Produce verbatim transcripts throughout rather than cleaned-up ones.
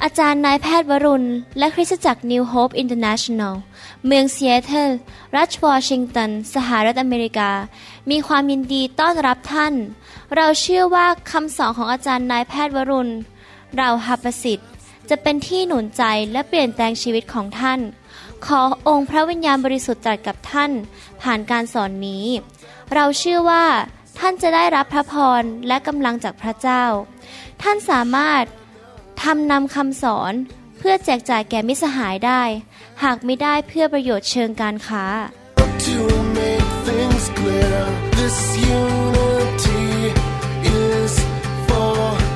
อาจารย์นายแพทย์วรุณและคริสตจักร New Hope International เมืองซีแอตเทิลรัฐวอชิงตันสหรัฐอเมริกามีความยินดีต้อนรับท่านเราเชื่อว่าคำสอนของอาจารย์นายแพทย์วรุณเราหประสิทธิ์จะเป็นที่หนุนใจและเปลี่ยนแปลงชีวิตของท่านขอองค์พระวิญญาณบริสุทธิ์ตรัสกับท่านผ่านการสอนนี้เราเชื่อว่าท่านจะได้รับพระพรและกำลังจากพระเจ้าท่านสามารถทำนำคำสอนเพื่อแจกจ่ายแก่มิตรสหายได้หากไม่ได้เพื่อประโยชน์เชิงการค้า To make things clear, this unity is for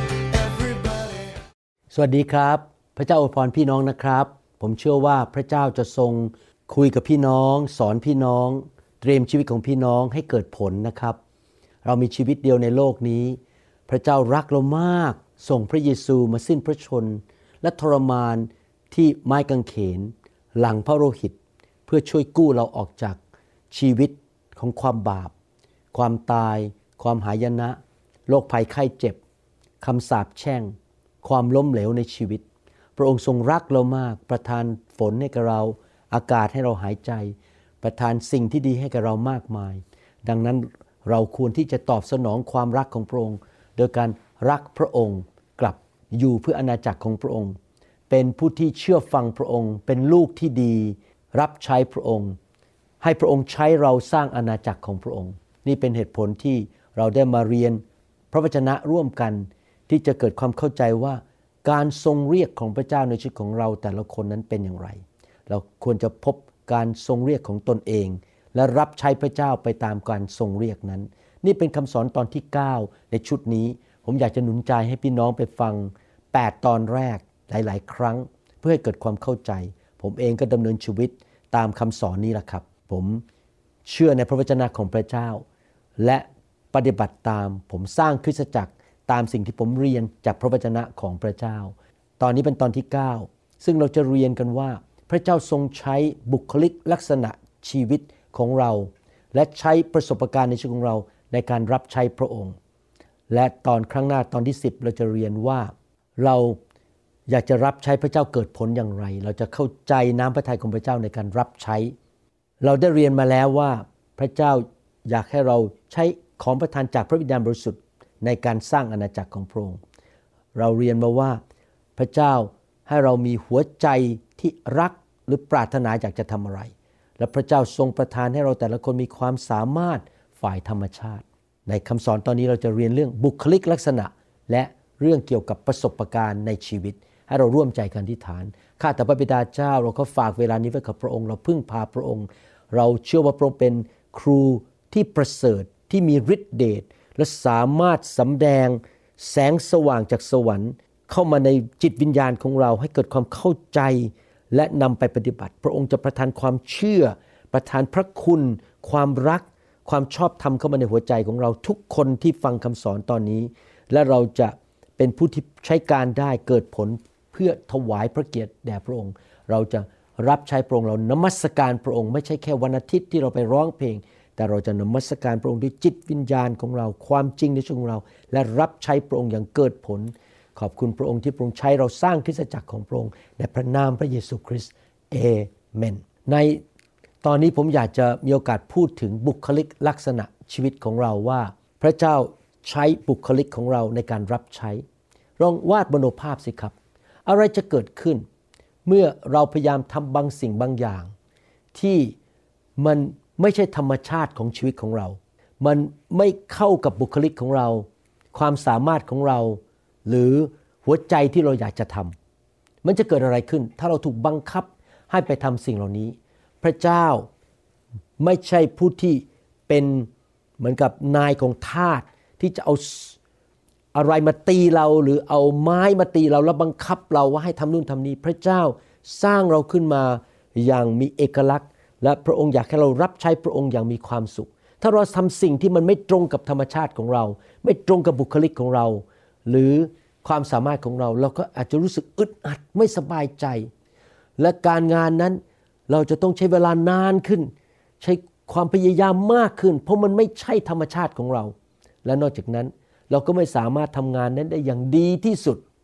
everybody. สวัสดีครับพระเจ้าอวยพรพี่น้องนะครับผมเชื่อว่าพระเจ้าจะทรงคุยกับพี่น้องสอนพี่น้องเตรียมชีวิตของพี่น้องให้เกิดผลนะครับเรามีชีวิตเดียวในโลกนี้พระเจ้ารักเรามากส่งพระเยซูมาสิ้นพระชนและทรมานที่ไม้กางเขนหลังพระโลหิตเพื่อช่วยกู้เราออกจากชีวิตของความบาปความตายความหายนะโรคภัยไข้เจ็บคำสาปแช่งความล้มเหลวในชีวิตพระองค์ทรงรักเรามากประทานฝนให้กับเราอากาศให้เราหายใจประทานสิ่งที่ดีให้กับเรามากมายดังนั้นเราควรที่จะตอบสนองความรักของพระองค์โดยการรักพระองค์กลับอยู่เพื่ออาณาจักรของพระองค์เป็นผู้ที่เชื่อฟังพระองค์เป็นลูกที่ดีรับใช้พระองค์ให้พระองค์ใช้เราสร้างอาณาจักรของพระองค์นี่เป็นเหตุผลที่เราได้มาเรียนพระวจนะร่วมกันที่จะเกิดความเข้าใจว่าการทรงเรียกของพระเจ้าในชีวิตของเราแต่ละคนนั้นเป็นอย่างไรเราควรจะพบการทรงเรียกของตนเองและรับใช้พระเจ้าไปตามการทรงเรียกนั้นนี่เป็นคำสอนตอนที่เก้าในชุดนี้ผมอยากจะหนุนใจให้พี่น้องไปฟังแปดตอนแรกหลายๆครั้งเพื่อให้เกิดความเข้าใจผมเองก็ดำเนินชีวิตตามคำสอนนี้แหละครับผมเชื่อในพระวจนะของพระเจ้าและปฏิบัติตามผมสร้างคริสตจักรตามสิ่งที่ผมเรียนจากพระวจนะของพระเจ้าตอนนี้เป็นตอนที่เก้าซึ่งเราจะเรียนกันว่าพระเจ้าทรงใช้บุคลิกลักษณะชีวิตของเราและใช้ประสบการณ์ในชีวิตของเราในการรับใช้พระองค์และตอนครั้งหน้าตอนที่สิบเราจะเรียนว่าเราอยากจะรับใช้พระเจ้าเกิดผลอย่างไรเราจะเข้าใจน้ำพระทัยของพระเจ้าในการรับใช้เราได้เรียนมาแล้วว่าพระเจ้าอยากให้เราใช้ของประทานจากพระวิญญาณบริสุทธิ์ในการสร้างอาณาจักรของพระองค์เราเรียนมาว่าพระเจ้าให้เรามีหัวใจที่รักหรือปรารถนาอยากจะทำอะไรและพระเจ้าทรงประทานให้เราแต่ละคนมีความสามารถฝ่ายธรรมชาติในคำสอนตอนนี้เราจะเรียนเรื่องบุคลิกลักษณะและเรื่องเกี่ยวกับประสบการณ์ในชีวิตให้เราร่วมใจกันอธิษฐานข้าแต่พระบิดาเจ้าเราก็ฝากเวลานี้ไว้กับพระองค์เราพึ่งพาพระองค์เราเชื่อว่าพระองค์เป็นครูที่ประเสริฐที่มีฤทธิ์เดชและสามารถสำแดงแสงสว่างจากสวรรค์เข้ามาในจิตวิญญาณของเราให้เกิดความเข้าใจและนำไปปฏิบัติพระองค์จะประทานความเชื่อประทานพระคุณความรักความชอบธรรมเข้ามาในหัวใจของเราทุกคนที่ฟังคำสอนตอนนี้และเราจะเป็นผู้ที่ใช้การได้เกิดผลเพื่อถวายพระเกียรติแด่พระองค์เราจะรับใช้พระองค์เรานมัสการพระองค์ไม่ใช่แค่วันอาทิตย์ที่เราไปร้องเพลงแต่เราจะนมัสการพระองค์ด้วยจิตวิญญาณของเราความจริงในชีวิตของเราและรับใช้พระองค์อย่างเกิดผลขอบคุณพระองค์ที่พระองค์ใช้เราสร้างคริสตจักรของพระองค์ในพระนามพระเยซูคริสต์เอเมนในตอนนี้ผมอยากจะมีโอกาสพูดถึงบุคลิกลักษณะชีวิตของเราว่าพระเจ้าใช้บุคลิกของเราในการรับใช้ลองวาดมโนภาพสิครับอะไรจะเกิดขึ้นเมื่อเราพยายามทำบางสิ่งบางอย่างที่มันไม่ใช่ธรรมชาติของชีวิตของเรามันไม่เข้ากับบุคลิกของเราความสามารถของเราหรือหัวใจที่เราอยากจะทำมันจะเกิดอะไรขึ้นถ้าเราถูกบังคับให้ไปทำสิ่งเหล่านี้พระเจ้าไม่ใช่ผู้ที่เป็นเหมือนกับนายของทาสที่จะเอาอะไรมาตีเราหรือเอาไม้มาตีเราแล้วบังคับเราว่าให้ทำนู่นทำนี้พระเจ้าสร้างเราขึ้นมาอย่างมีเอกลักษณ์และพระองค์อยากให้เรารับใช้พระองค์อย่างมีความสุขถ้าเราทำสิ่งที่มันไม่ตรงกับธรรมชาติของเราไม่ตรงกับบุคลิกของเราหรือความสามารถของเราเราก็อาจจะรู้สึกอึดอัดไม่สบายใจและการงานนั้นเราจะต้องใช้เวลานานขึ้นใช้ความพยายามมากขึ้นเพราะมันไม่ใช่ธรรมชาติของเราและนอกจากนั้นเราก็ไม่สามารถทำงานนั้นได้อย่างดีที่สุด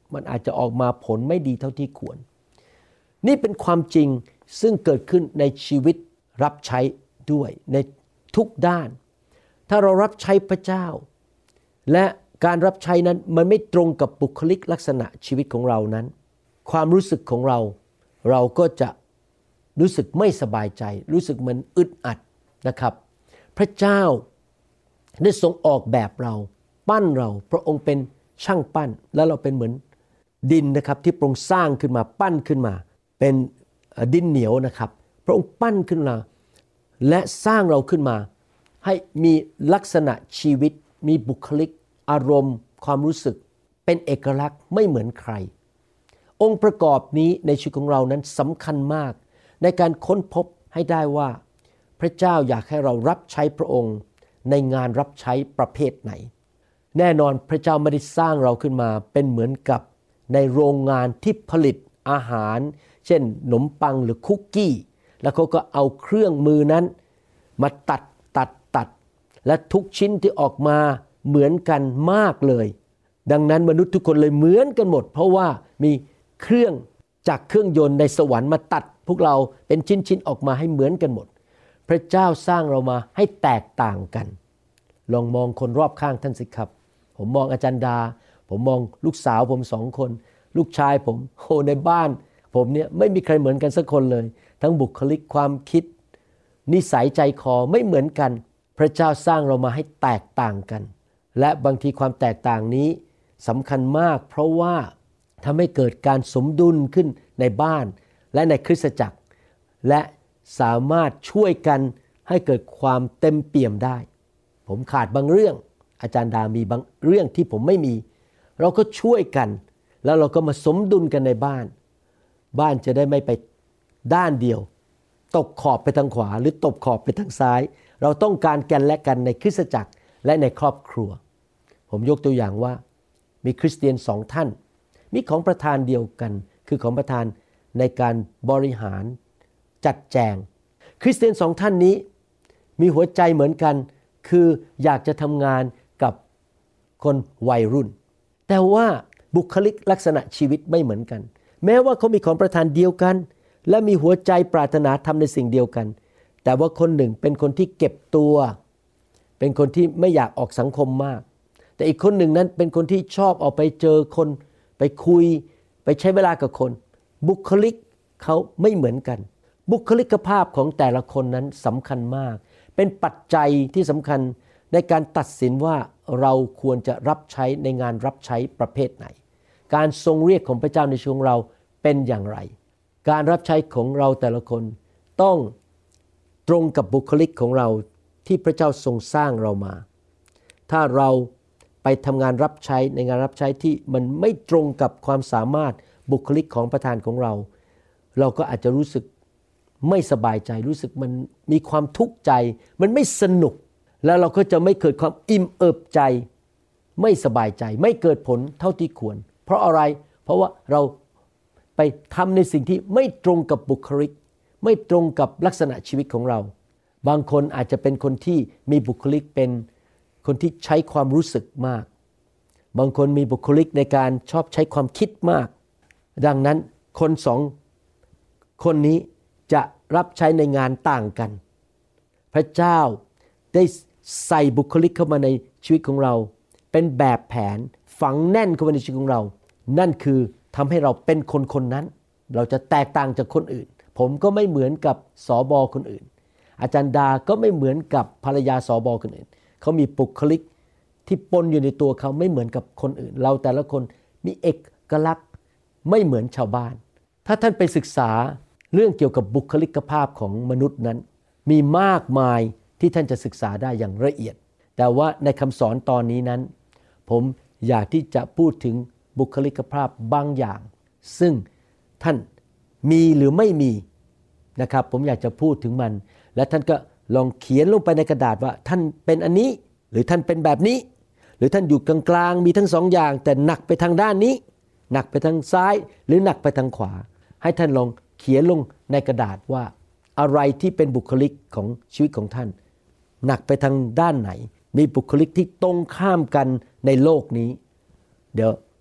มันอาจจะออกมาผลไม่ดีเท่าที่ควรนี่เป็นความจริงซึ่งเกิดขึ้นในชีวิตรับใช้ด้วยในทุกด้านถ้าเรารับใช้พระเจ้าและการรับใช้นั้นมันไม่ตรงกับบุคลิกลักษณะชีวิตของเรานั้นความรู้สึกของเราเราก็จะรู้สึกไม่สบายใจรู้สึกเหมือนอึดอัดนะครับพระเจ้าได้ทรงออกแบบเราปั้นเราพระองค์เป็นช่างปั้นแล้วเราเป็นเหมือนดินนะครับที่พระองค์สร้างขึ้นมาปั้นขึ้นมาเป็นดินเหนียวนะครับพระองค์ปั้นขึ้นมาและสร้างเราขึ้นมาให้มีลักษณะชีวิตมีบุคลิกอารมณ์ความรู้สึกเป็นเอกลักษณ์ไม่เหมือนใครองค์ประกอบนี้ในชีวิตของเรานั้นสำคัญมากในการค้นพบให้ได้ว่าพระเจ้าอยากให้เรารับใช้พระองค์ในงานรับใช้ประเภทไหนแน่นอนพระเจ้าไม่ได้สร้างเราขึ้นมาเป็นเหมือนกับในโรงงานที่ผลิตอาหารเช่นขนมปังหรือคุกกี้แล้วเขาก็เอาเครื่องมือนั้นมาตัดตัดตัดและทุกชิ้นที่ออกมาเหมือนกันมากเลยดังนั้นมนุษย์ทุกคนเลยเหมือนกันหมดเพราะว่ามีเครื่องจากเครื่องยนต์ในสวรรค์มาตัดพวกเราเป็นชิ้นๆออกมาให้เหมือนกันหมดพระเจ้าสร้างเรามาให้แตกต่างกันลองมองคนรอบข้างท่านสิครับผมมองอาจารย์ดาผมมองลูกสาวผมสองคนลูกชายผมโหในบ้านผมเนี่ยไม่มีใครเหมือนกันสักคนเลยทั้งบุคลิกความคิดนิสัยใจคอไม่เหมือนกันพระเจ้าสร้างเรามาให้แตกต่างกันและบางทีความแตกต่างนี้สำคัญมากเพราะว่าทำให้เกิดการสมดุลขึ้นในบ้านและในคริสตจักรและสามารถช่วยกันให้เกิดความเต็มเปี่ยมได้ผมขาดบางเรื่องอาจารย์ดามีบางเรื่องที่ผมไม่มีเราก็ช่วยกันแล้วเราก็มาสมดุลกันในบ้านบ้านจะได้ไม่ไปด้านเดียวตกขอบไปทางขวาหรือตกขอบไปทางซ้ายเราต้องการกันและกันในคริสตจักรและในครอบครัวผมยกตัวอย่างว่ามีคริสเตียนสองท่านมีของประทานเดียวกันคือของประทานในการบริหารจัดแจงคริสเตียนสองท่านนี้มีหัวใจเหมือนกันคืออยากจะทำงานกับคนวัยรุ่นแต่ว่าบุคลิกลักษณะชีวิตไม่เหมือนกันแม้ว่าเขามีของประทานเดียวกันและมีหัวใจปรารถนาทำในสิ่งเดียวกันแต่ว่าคนหนึ่งเป็นคนที่เก็บตัวเป็นคนที่ไม่อยากออกสังคมมากแต่อีกคนหนึ่งนั้นเป็นคนที่ชอบออกไปเจอคนไปคุยไปใช้เวลากับคนบุคลิกเขาไม่เหมือนกันบุคลิกภาพของแต่ละคนนั้นสำคัญมากเป็นปัจจัยที่สำคัญในการตัดสินว่าเราควรจะรับใช้ในงานรับใช้ประเภทไหนการทรงเรียกของพระเจ้าในชีวิตของเราเป็นอย่างไรการรับใช้ของเราแต่ละคนต้องตรงกับบุคลิกของเราที่พระเจ้าทรงสร้างเรามาถ้าเราไปทำงานรับใช้ในงานรับใช้ที่มันไม่ตรงกับความสามารถบุคลิกของประธานของเราเราก็อาจจะรู้สึกไม่สบายใจรู้สึกมันมีความทุกข์ใจมันไม่สนุกแล้วเราก็จะไม่เกิดความอิ่มเอิบใจไม่สบายใจไม่เกิดผลเท่าที่ควรเพราะอะไรเพราะว่าเราไปทำในสิ่งที่ไม่ตรงกับบุคลิกไม่ตรงกับลักษณะชีวิตของเราบางคนอาจจะเป็นคนที่มีบุคลิกเป็นคนที่ใช้ความรู้สึกมากบางคนมีบุคลิกในการชอบใช้ความคิดมากดังนั้นคนสองคนนี้จะรับใช้ในงานต่างกันพระเจ้าได้ใส่บุคลิกเข้ามาในชีวิตของเราเป็นแบบแผนฝังแน่นเข้ามาในชีวิตของเรานั่นคือทำให้เราเป็นคนคนนั้นเราจะแตกต่างจากคนอื่นผมก็ไม่เหมือนกับสบคนอื่นอาจารย์ดาก็ไม่เหมือนกับภรรยาสบคนอื่นเขามีบุคลิกที่ปนอยู่ในตัวเขาไม่เหมือนกับคนอื่นเราแต่ละคนมีเอกลักษณ์ไม่เหมือนชาวบ้านถ้าท่านไปศึกษาเรื่องเกี่ยวกับบุคลิกภาพของมนุษย์นั้นมีมากมายที่ท่านจะศึกษาได้อย่างละเอียดแต่ว่าในคำสอนตอนนี้นั้นผมอยากที่จะพูดถึงบุคลิกภาพบางอย่างซึ่งท่านมีหรือไม่มีนะครับผมอยากจะพูดถึงมันและท่านก็ลองเขียนลงไปในกระดาษว่าท่านเป็นอันนี้หรือท่านเป็นแบบนี้หรือท่านอยู่กลางๆมีทั้งสองอย่างแต่หนักไปทางด้านนี้หนักไปทางซ้ายหรือหนักไปทางขวาให้ท่านลองเขียนลงในกระดาษว่าอะไรที่เป็นบุคลิกของชีวิตของท่านหนักไปทางด้านไหนมีบุคลิกที่ตรงข้ามกันในโลกนี้เดี๋ยว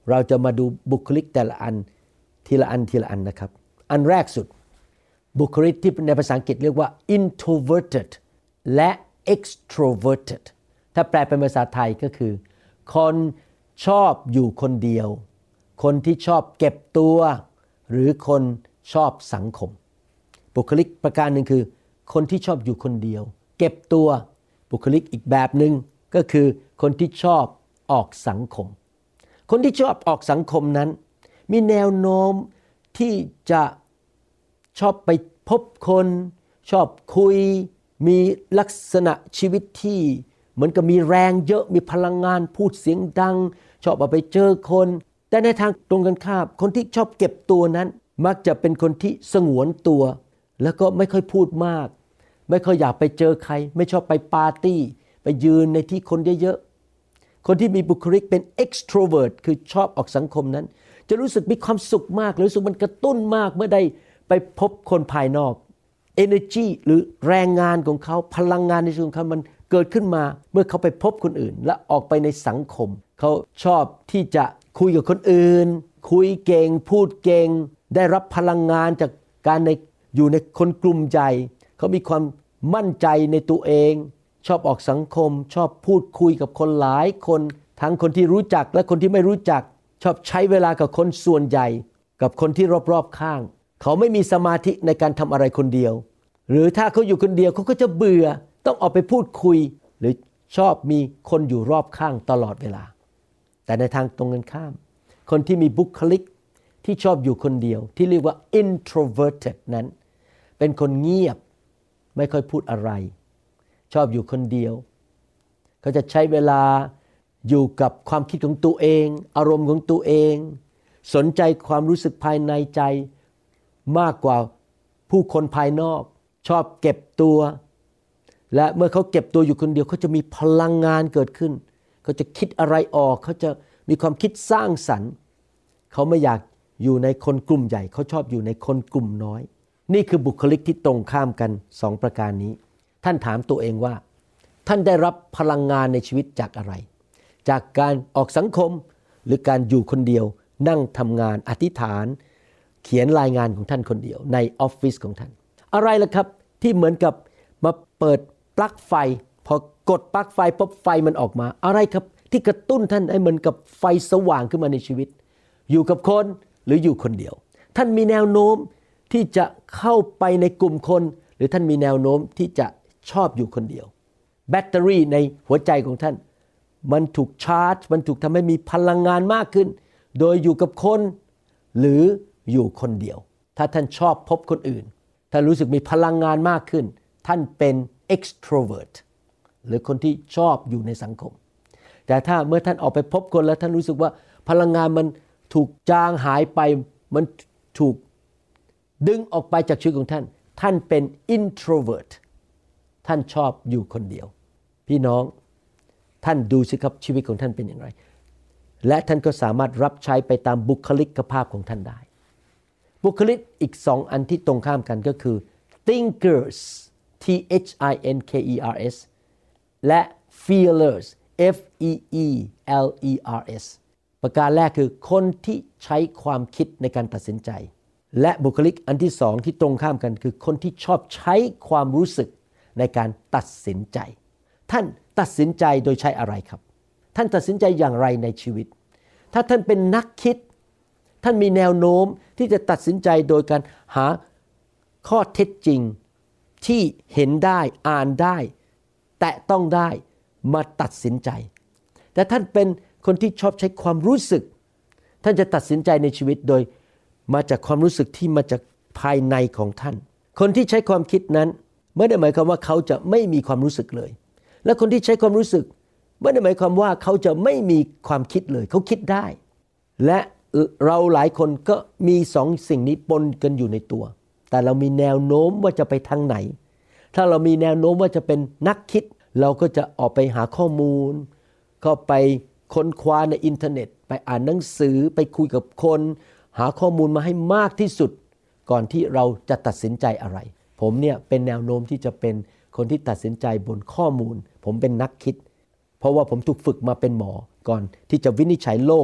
เราจะมาดูบุคลิกแต่ละอันทีละอันทีละอันนะครับอันแรกสุดบุคลิกที่ในภาษาอังกฤษเรียกว่า introverted และ extroverted ถ้าแปลเป็นภาษาไทยก็คือคนชอบอยู่คนเดียวคนที่ชอบเก็บตัวหรือคนชอบสังคมบุคลิกประการหนึ่งคือคนที่ชอบอยู่คนเดียวเก็บตัวบุคลิกอีกแบบหนึ่งก็คือคนที่ชอบออกสังคมคนที่ชอบออกสังคมนั้นมีแนวโน้มที่จะชอบไปพบคนชอบคุยมีลักษณะชีวิตที่เหมือนกับมีแรงเยอะมีพลังงานพูดเสียงดังชอบเอาไปเจอคนแต่ในทางตรงกันข้ามคนที่ชอบเก็บตัวนั้นมักจะเป็นคนที่สงวนตัวแล้วก็ไม่ค่อยพูดมากไม่ค่อยอยากไปเจอใครไม่ชอบไปปาร์ตี้ไปยืนในที่คนเยอะๆคนที่มีบุคลิกเป็น extrovert คือชอบออกสังคมนั้นจะรู้สึกมีความสุขมากรู้สึกมันกระตุ้นมากเมื่อได้ไปพบคนภายนอก energy หรือแรงงานของเขาพลังงานในชีวิตของเขามันเกิดขึ้นมาเมื่อเขาไปพบคนอื่นและออกไปในสังคมเขาชอบที่จะคุยกับคนอื่นคุยเก่งพูดเก่งได้รับพลังงานจากการในอยู่ในคนกลุ่มใหญ่เขามีความมั่นใจในตัวเองชอบออกสังคมชอบพูดคุยกับคนหลายคนทั้งคนที่รู้จักและคนที่ไม่รู้จักชอบใช้เวลากับคนส่วนใหญ่กับคนที่รอบๆข้างเขาไม่มีสมาธิในการทำอะไรคนเดียวหรือถ้าเขาอยู่คนเดียวเขาก็จะเบื่อต้องออกไปพูดคุยหรือชอบมีคนอยู่รอบข้างตลอดเวลาแต่ในทางตรงกันข้ามคนที่มีบุคลิกที่ชอบอยู่คนเดียวที่เรียกว่า introverted นั้นเป็นคนเงียบไม่ค่อยพูดอะไรชอบอยู่คนเดียวเขาจะใช้เวลาอยู่กับความคิดของตัวเองอารมณ์ของตัวเองสนใจความรู้สึกภายในใจมากกว่าผู้คนภายนอกชอบเก็บตัวและเมื่อเขาเก็บตัวอยู่คนเดียวเขาจะมีพลังงานเกิดขึ้นเขาจะคิดอะไรออกเขาจะมีความคิดสร้างสรรค์เขาไม่อยากอยู่ในคนกลุ่มใหญ่เขาชอบอยู่ในคนกลุ่มน้อยนี่คือบุคลิกที่ตรงข้ามกันสองประการนี้ท่านถามตัวเองว่าท่านได้รับพลังงานในชีวิตจากอะไรจากการออกสังคมหรือการอยู่คนเดียวนั่งทำงานอธิษฐานเขียนรายงานของท่านคนเดียวในออฟฟิศของท่านอะไรล่ะครับที่เหมือนกับมาเปิดปลั๊กไฟพอกดปลั๊กไฟปุ๊บไฟมันออกมาอะไรครับที่กระตุ้นท่านให้เหมือนกับไฟสว่างขึ้นมาในชีวิตอยู่กับคนหรืออยู่คนเดียวท่านมีแนวโน้มที่จะเข้าไปในกลุ่มคนหรือท่านมีแนวโน้มที่จะชอบอยู่คนเดียวแบตเตอรี่ในหัวใจของท่านมันถูกชาร์จมันถูกทำให้มีพลังงานมากขึ้นโดยอยู่กับคนหรืออยู่คนเดียวถ้าท่านชอบพบคนอื่นท่านรู้สึกมีพลังงานมากขึ้นท่านเป็น extrovert หรือคนที่ชอบอยู่ในสังคมแต่ถ้าเมื่อท่านออกไปพบคนแล้วท่านรู้สึกว่าพลังงานมันถูกจางหายไปมันถูกดึงออกไปจากชีวิตของท่านท่านเป็น introvert ท่านชอบอยู่คนเดียวพี่น้องท่านดูสิครับชีวิตของท่านเป็นอย่างไรและท่านก็สามารถรับใช้ไปตามบุคลิกภาพของท่านได้บุคลิกอีกสองอันที่ตรงข้ามกันก็คือ thinkers T H I N K E R S และ feelers F E E L E R S ประการแรกคือคนที่ใช้ความคิดในการตัดสินใจและบุคลิกอันที่สองที่ตรงข้ามกันคือคนที่ชอบใช้ความรู้สึกในการตัดสินใจท่านตัดสินใจโดยใช้อะไรครับท่านตัดสินใจอย่างไรในชีวิตถ้าท่านเป็นนักคิดท่านมีแนวโน้มที่จะตัดสินใจโดยการหาข้อเท็จจริงที่เห็นได้อ่านได้แตะต้องได้มาตัดสินใจแต่ท่านเป็นคนที่ชอบใช้ความรู้สึกท่านจะตัดสินใจในชีวิตโดยมาจากความรู้สึกที่มาจากภายในของท่านคนที่ใช้ความคิดนั้นไม่ได้หมายความว่าเขาจะไม่มีความรู้สึกเลยและคนที่ใช้ความรู้สึกไม่ได้หมายความว่าเขาจะไม่มีความคิดเลยเขาคิดได้และเราหลายคนก็มีสองสิ่งนี้ปนกันอยู่ในตัวแต่เรามีแนวโน้มว่าจะไปทางไหนถ้าเรามีแนวโน้มว่าจะเป็นนักคิดเราก็จะออกไปหาข้อมูลก็ไปค้นคว้าในอินเทอร์เน็ตไปอ่านหนังสือไปคุยกับคนหาข้อมูลมาให้มากที่สุดก่อนที่เราจะตัดสินใจอะไรผมเนี่ยเป็นแนวโน้มที่จะเป็นคนที่ตัดสินใจบนข้อมูลผมเป็นนักคิดเพราะว่าผมถูกฝึกมาเป็นหมอก่อนที่จะวินิจฉัยโรค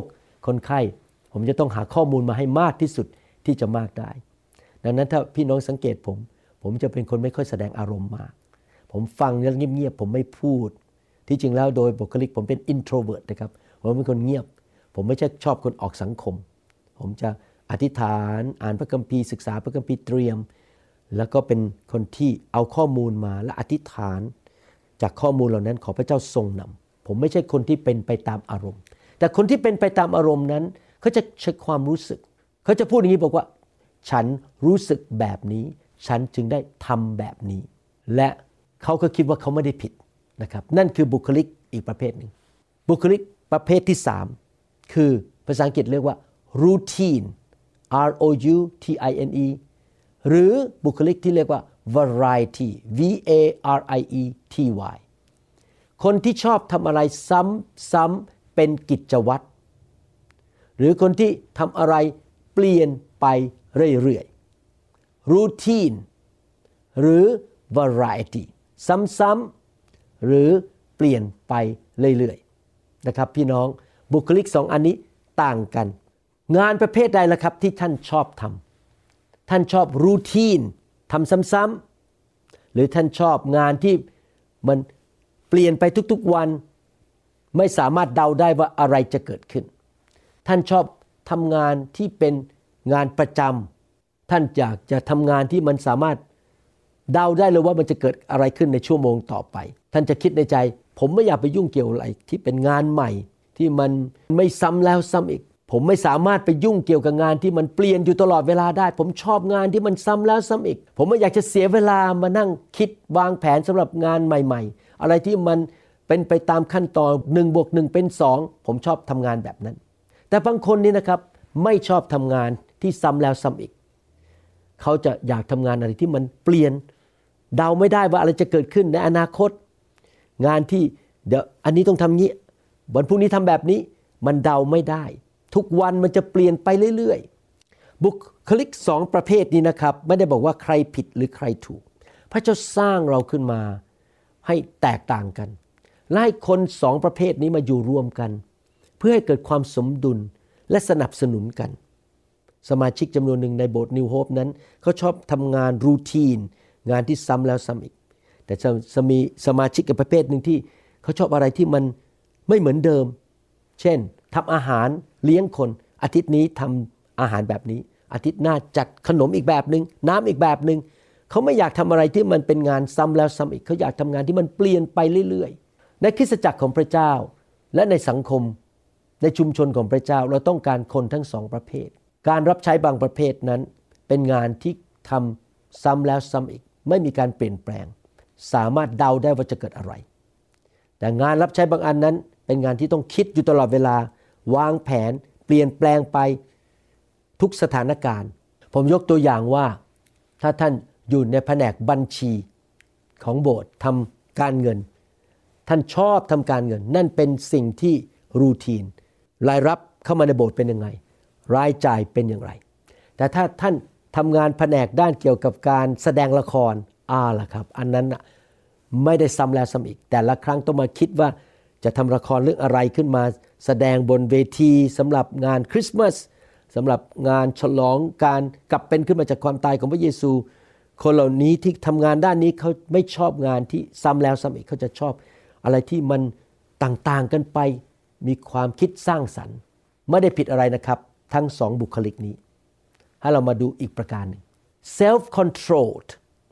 คนไข้ผมจะต้องหาข้อมูลมาให้มากที่สุดที่จะมากได้ดังนั้นถ้าพี่น้องสังเกตผมผมจะเป็นคนไม่ค่อยแสดงอารมณ์มากผมฟังแล้วเงียบๆผมไม่พูดที่จริงแล้วโดยบุคลิกผมเป็น introvert นะครับผมเป็นคนเงียบผมไม่ใช่ชอบคนออกสังคมผมจะอธิษฐานอ่านพระคัมภีร์ศึกษาพระคัมภีร์เตรียมแล้วก็เป็นคนที่เอาข้อมูลมาและอธิษฐานจากข้อมูลเหล่านั้นขอพระเจ้าทรงนำผมไม่ใช่คนที่เป็นไปตามอารมณ์แต่คนที่เป็นไปตามอารมณ์นั้นเขาจะใช้ความรู้สึกเขาจะพูดอย่างนี้บอกว่าฉันรู้สึกแบบนี้ฉันจึงได้ทำแบบนี้และเขาก็คิดว่าเขาไม่ได้ผิดนะครับนั่นคือบุคลิกอีกประเภทหนึ่งบุคลิกประเภทที่สามคือภาษาอังกฤษเรียกว่า routine R O U T I N E หรือบุคลิกที่เรียกว่า variety V A R I E T Y คนที่ชอบทำอะไรซ้ำๆเป็นกิจวัตรหรือคนที่ทำอะไรเปลี่ยนไปเรื่อยๆ routine หรือ variety ซ้ำๆหรือเปลี่ยนไปเรื่อยๆนะครับพี่น้องบุคลิกสองอันนี้ต่างกันงานประเภทใดล่ะครับที่ท่านชอบทำท่านชอบ routine ทำซ้ำๆหรือท่านชอบงานที่มันเปลี่ยนไปทุกๆวันไม่สามารถเดาได้ว่าอะไรจะเกิดขึ้นท่านชอบทำงานที่เป็นงานประจำท่านอยากจะทำงานที่มันสามารถเดาได้เลยว่ามันจะเกิดอะไรขึ้นในชั่วโมงต่อไปท่านจะคิดในใจผมไม่อยากไปยุ่งเกี่ยวอะไรที่เป็นงานใหม่ที่มันไม่ซ้ำแล้วซ้ำอีกผมไม่สามารถไปยุ่งเกี่ยวกับงานที่มันเปลี่ยนอยู่ตลอดเวลาได้ผมชอบงานที่มันซ้ำแล้วซ้ำอีกผมไม่อยากจะเสียเวลามานั่งคิดวางแผนสำหรับงานใหม่ๆอะไรที่มันเป็นไปตามขั้นตอนหนึ่งบวกหนึ่งเป็นสองผมชอบทำงานแบบนั้นแต่บางคนนี่นะครับไม่ชอบทำงานที่ซ้ำแล้วซ้ำอีกเขาจะอยากทำงานอะไรที่มันเปลี่ยนเดาไม่ได้ว่าอะไรจะเกิดขึ้นในอนาคตงานที่เดี๋ยวอันนี้ต้องทำงี้วันพรุ่งนี้ทำแบบนี้มันเดาไม่ได้ทุกวันมันจะเปลี่ยนไปเรื่อยๆบุคลิกสองประเภทนี้นะครับไม่ได้บอกว่าใครผิดหรือใครถูกพระเจ้าสร้างเราขึ้นมาให้แตกต่างกันและให้คนสองประเภทนี้มาอยู่รวมกันเพื่อให้เกิดความสมดุลและสนับสนุนกันสมาชิกจำนวนหนึ่งในโบสถ์ New Hope นั้นเขาชอบทำงานรูทีนงานที่ซ้ำแล้วซ้ำอีกแต่จะมีสมาชิกอีกประเภทหนึ่งที่เขาชอบอะไรที่มันไม่เหมือนเดิมเช่นทำอาหารเลี้ยงคนอาทิตย์นี้ทำอาหารแบบนี้อาทิตย์หน้าจัดขนมอีกแบบนึงน้ำอีกแบบนึงเขาไม่อยากทำอะไรที่มันเป็นงานซ้ำแล้วซ้ำอีกเขาอยากทำงานที่มันเปลี่ยนไปเรื่อยๆในคริสตจักรของพระเจ้าและในสังคมในชุมชนของพระเจ้าเราต้องการคนทั้งสองประเภทการรับใช้บางประเภทนั้นเป็นงานที่ทำซ้ำแล้วซ้ำอีกไม่มีการเปลี่ยนแปลงสามารถเดาได้ว่าจะเกิดอะไรแต่งานรับใช้บางอันนั้นเป็นงานที่ต้องคิดอยู่ตลอดเวลาวางแผนเปลี่ยนแปลงไปทุกสถานการณ์ผมยกตัวอย่างว่าถ้าท่านอยู่ในแผนกบัญชีของโบสถ์ทำการเงินท่านชอบทำการเงินนั่นเป็นสิ่งที่รูทีนรายรับเข้ามาในโบสถ์เป็นยังไงรายจ่ายเป็นอย่างไรแต่ถ้าท่านทำงานแผนกด้านเกี่ยวกับการแสดงละครอ่าล่ะครับอันนั้นไม่ได้ซ้ำแล้วซ้ำอีกแต่ละครั้งต้องมาคิดว่าจะทำละครเรื่องอะไรขึ้นมาแสดงบนเวทีสำหรับงานคริสต์มาสสำหรับงานฉลองการกลับเป็นขึ้นมาจากความตายของพระเยซูคนเหล่านี้ที่ทำงานด้านนี้เขาไม่ชอบงานที่ซ้ำแล้วซ้ำอีกเขาจะชอบอะไรที่มันต่างๆกันไปมีความคิดสร้างสรรค์ไม่ได้ผิดอะไรนะครับทั้งสองบุคลิกนี้ให้เรามาดูอีกประการหนึ่ง self controlled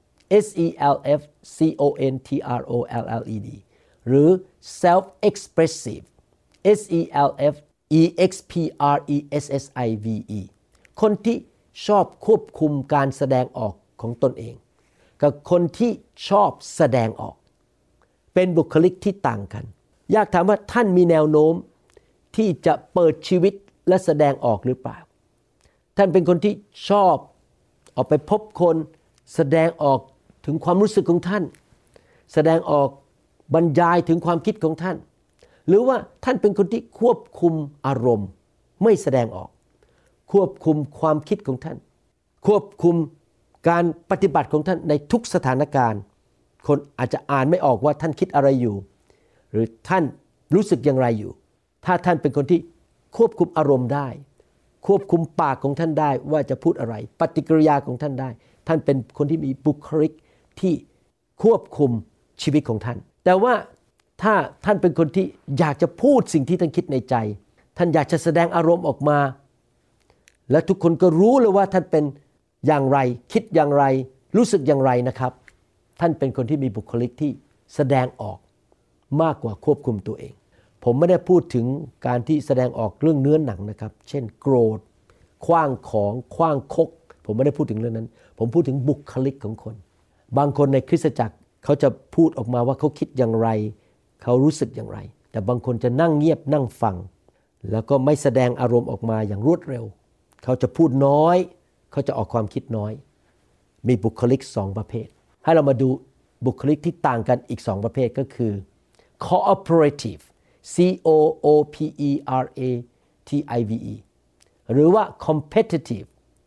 S E L F C O N T R O L L E D หรือ self expressive S E L F E X P R E S S I V E คนที่ชอบควบคุมการแสดงออกของตนเองกับคนที่ชอบแสดงออกเป็นบุคลิกที่ต่างกันอยากถามว่าท่านมีแนวโน้มที่จะเปิดชีวิตและแสดงออกหรือเปล่าท่านเป็นคนที่ชอบออกไปพบคนแสดงออกถึงความรู้สึกของท่านแสดงออกบรรยายถึงความคิดของท่านหรือว่าท่านเป็นคนที่ควบคุมอารมณ์ไม่แสดงออกควบคุมความคิดของท่านควบคุมการปฏิบัติของท่านในทุกสถานการณ์คนอาจจะอ่านไม่ออกว่าท่านคิดอะไรอยู่หรือท่านรู้สึกอย่างไรอยู่ถ้าท่านเป็นคนที่ควบคุมอารมณ์ได้ควบคุมปากของท่านได้ว่าจะพูดอะไรปฏิกิริยาของท่านได้ท่านเป็นคนที่มีบุคลิกที่ควบคุมชีวิตของท่านแต่ว่าถ้าท่านเป็นคนที่อยากจะพูดสิ่งที่ท่านคิดในใจท่านอยากจะแสดงอารมณ์ออกมาและทุกคนก็รู้เลยว่าท่านเป็นอย่างไรคิดอย่างไรรู้สึกอย่างไรนะครับท่านเป็นคนที่มีบุคลิกที่แสดงออกมากกว่าควบคุมตัวเองผมไม่ได้พูดถึงการที่แสดงออกเรื่องเนื้อหนังนะครับเช่นโกรธขว้างของขว้างคกผมไม่ได้พูดถึงเรื่องนั้นผมพูดถึงบุคลิกของคนบางคนในคริสตจักรเขาจะพูดออกมาว่าเขาคิดอย่างไรเขารู้สึกอย่างไรแต่บางคนจะนั่งเงียบนั่งฟังแล้วก็ไม่แสดงอารมณ์ออกมาอย่างรวดเร็วเขาจะพูดน้อยเขาจะออกความคิดน้อยมีบุคลิกสองประเภทให้เรามาดูบุคลิกที่ต่างกันอีกสองประเภทก็คือ cooperative C O O P E R A T I V E หรือว่า competitive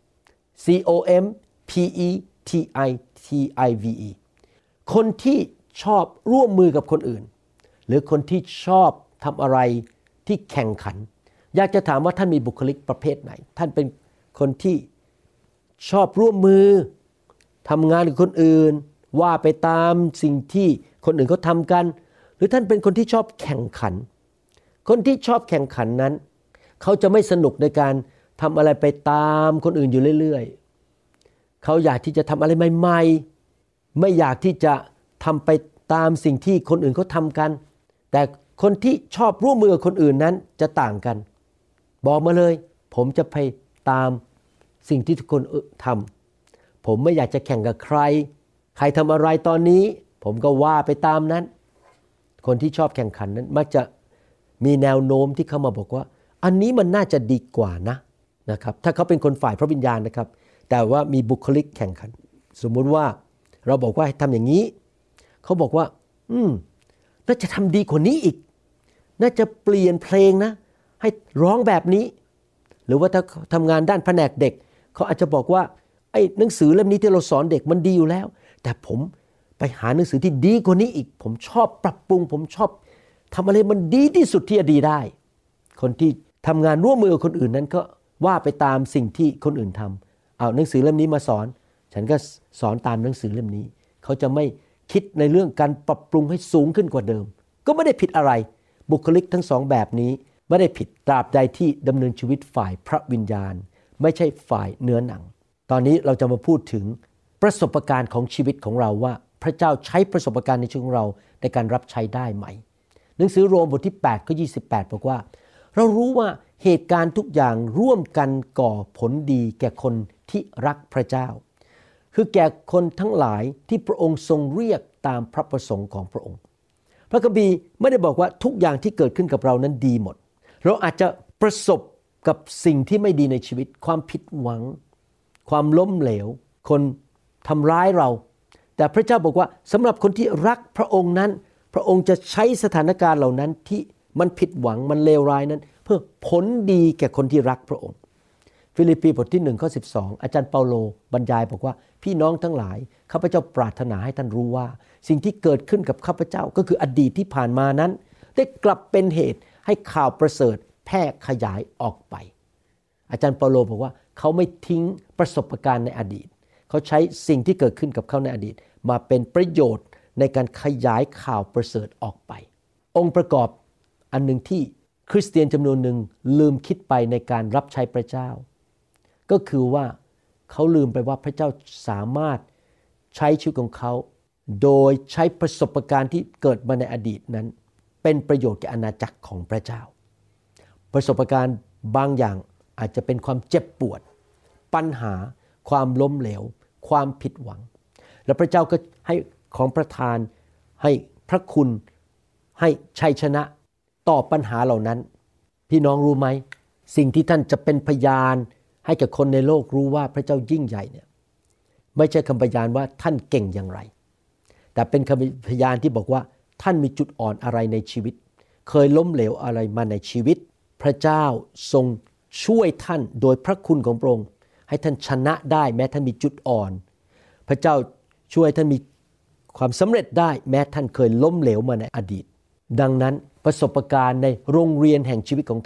C O M P E T I T I V E คนที่ชอบร่วมมือกับคนอื่นหรือคนที่ชอบทำอะไรที่แข่งขันอยากจะถามว่าท่านมีบุคลิกประเภทไหนท่านเป็นคนที่ชอบร่วมมือทำงานกับคนอื่นว่าไปตามสิ่งที่คนอื่นเขาทำกันหรือท่านเป็นคนที่ชอบแข่งขันคนที่ชอบแข่งขันนั้นเขาจะไม่สนุกในการทำอะไรไปตามคนอื่นอยู่เรื่อยๆเขาอยากที่จะทำอะไรใหม่ๆไม่อยากที่จะทำไปตามสิ่งที่คนอื่นเขาทำกันแต่คนที่ชอบร่วมมือกับคนอื่นนั้นจะต่างกันบอกมาเลยผมจะไปตามสิ่งที่ทุกคนทำผมไม่อยากจะแข่งกับใครใครทำอะไรตอนนี้ผมก็ว่าไปตามนั้นคนที่ชอบแข่งขันนั้นมักจะมีแนวโน้มที่เขามาบอกว่าอันนี้มันน่าจะดีกว่านะนะครับถ้าเขาเป็นคนฝ่ายพระวิญญาณนะครับแต่ว่ามีบุคลิกแข่งขันสมมุติว่าเราบอกว่าให้ทำอย่างนี้เขาบอกว่าอืมน่าจะทำดีกว่านี้อีกน่าจะเปลี่ยนเพลงนะให้ร้องแบบนี้หรือว่าถ้าทำงานด้านแผนกเด็กเขาอาจจะบอกว่าไอ้หนังสือเล่มนี้ที่เราสอนเด็กมันดีอยู่แล้วแต่ผมไปหาหนังสือที่ดีกว่านี้อีกผมชอบปรับปรุงผมชอบทำอะไรมันดีที่สุดที่จะดีได้คนที่ทำงานร่วมมือกับคนอื่นนั้นก็ว่าไปตามสิ่งที่คนอื่นทำเอาหนังสือเล่มนี้มาสอนฉันก็สอนตามหนังสือเล่มนี้เขาจะไม่คิดในเรื่องการปรับปรุงให้สูงขึ้นกว่าเดิมก็ไม่ได้ผิดอะไรบุคลิกทั้งสองแบบนี้ไม่ได้ผิดตราบใดที่ดำเนินชีวิตฝ่ายพระวิญญาณไม่ใช่ฝ่ายเนื้อหนังตอนนี้เราจะมาพูดถึงประสบการณ์ของชีวิตของเราว่าพระเจ้าใช้ประสบการณ์ในชีวิตของเราในการรับใช้ได้ไหมหนังสือโรมบทที่แปดข้อยี่สิบแปดบอกว่าเรารู้ว่าเหตุการณ์ทุกอย่างร่วมกันก่อผลดีแก่คนที่รักพระเจ้าคือแก่คนทั้งหลายที่พระองค์ทรงเรียกตามพระประสงค์ของพระองค์พระคัมภีร์ไม่ได้บอกว่าทุกอย่างที่เกิดขึ้นกับเรานั้นดีหมดเราอาจจะประสบกับสิ่งที่ไม่ดีในชีวิตความผิดหวังความล้มเหลวคนทำร้ายเราแต่พระเจ้าบอกว่าสำหรับคนที่รักพระองค์นั้นพระองค์จะใช้สถานการณ์เหล่านั้นที่มันผิดหวังมันเลวร้ายนั้นเพื่อผลดีแก่คนที่รักพระองค์ฟิลิปปีบทที่หนึ่งข้อสิบสองอาจารย์เปาโลบรรยายบอกว่าพี่น้องทั้งหลายข้าพเจ้าปรารถนาให้ท่านรู้ว่าสิ่งที่เกิดขึ้นกับข้าพเจ้าก็คืออดีตที่ผ่านมานั้นได้กลับเป็นเหตุให้ข่าวประเสริฐแพร่ขยายออกไปอาจารย์เปาโลบอกว่าเขาไม่ทิ้งประสบการณ์ในอดีตเขาใช้สิ่งที่เกิดขึ้นกับเขาในอดีตมาเป็นประโยชน์ในการขยายข่าวประเสริฐออกไปองค์ประกอบอันหนึ่งที่คริสเตียนจำนวนหนึ่งลืมคิดไปในการรับใช้พระเจ้าก็คือว่าเขาลืมไปว่าพระเจ้าสามารถใช้ชีวิตของเขาโดยใช้ประสบการณ์ที่เกิดมาในอดีตนั้นเป็นประโยชน์แก่อาณาจักรของพระเจ้าประสบการณ์บางอย่างอาจจะเป็นความเจ็บปวดปัญหาความล้มเหลวความผิดหวังและพระเจ้าก็ให้ของประทานให้พระคุณให้ชัยชนะต่อปัญหาเหล่านั้นพี่น้องรู้ไหมสิ่งที่ท่านจะเป็นพยานให้กับคนในโลกรู้ว่าพระเจ้ายิ่งใหญ่เนี่ยไม่ใช่คำพยานว่าท่านเก่งอย่างไรแต่เป็นคำพยานที่บอกว่าท่านมีจุดอ่อนอะไรในชีวิตเคยล้มเหลวอะไรมาในชีวิตพระเจ้าทรงช่วยท่านโดยพระคุณของพระองค์ให้ท่านชนะได้แม้ท่านมีจุดอ่อนพระเจ้าช่วยท่านมีความสำเร็จได้แม้ท่านเคยล้มเหลวมาในอดีตดังนั้นประสบการณ์ในโรงเรียนแห่งชีวิตของท่าน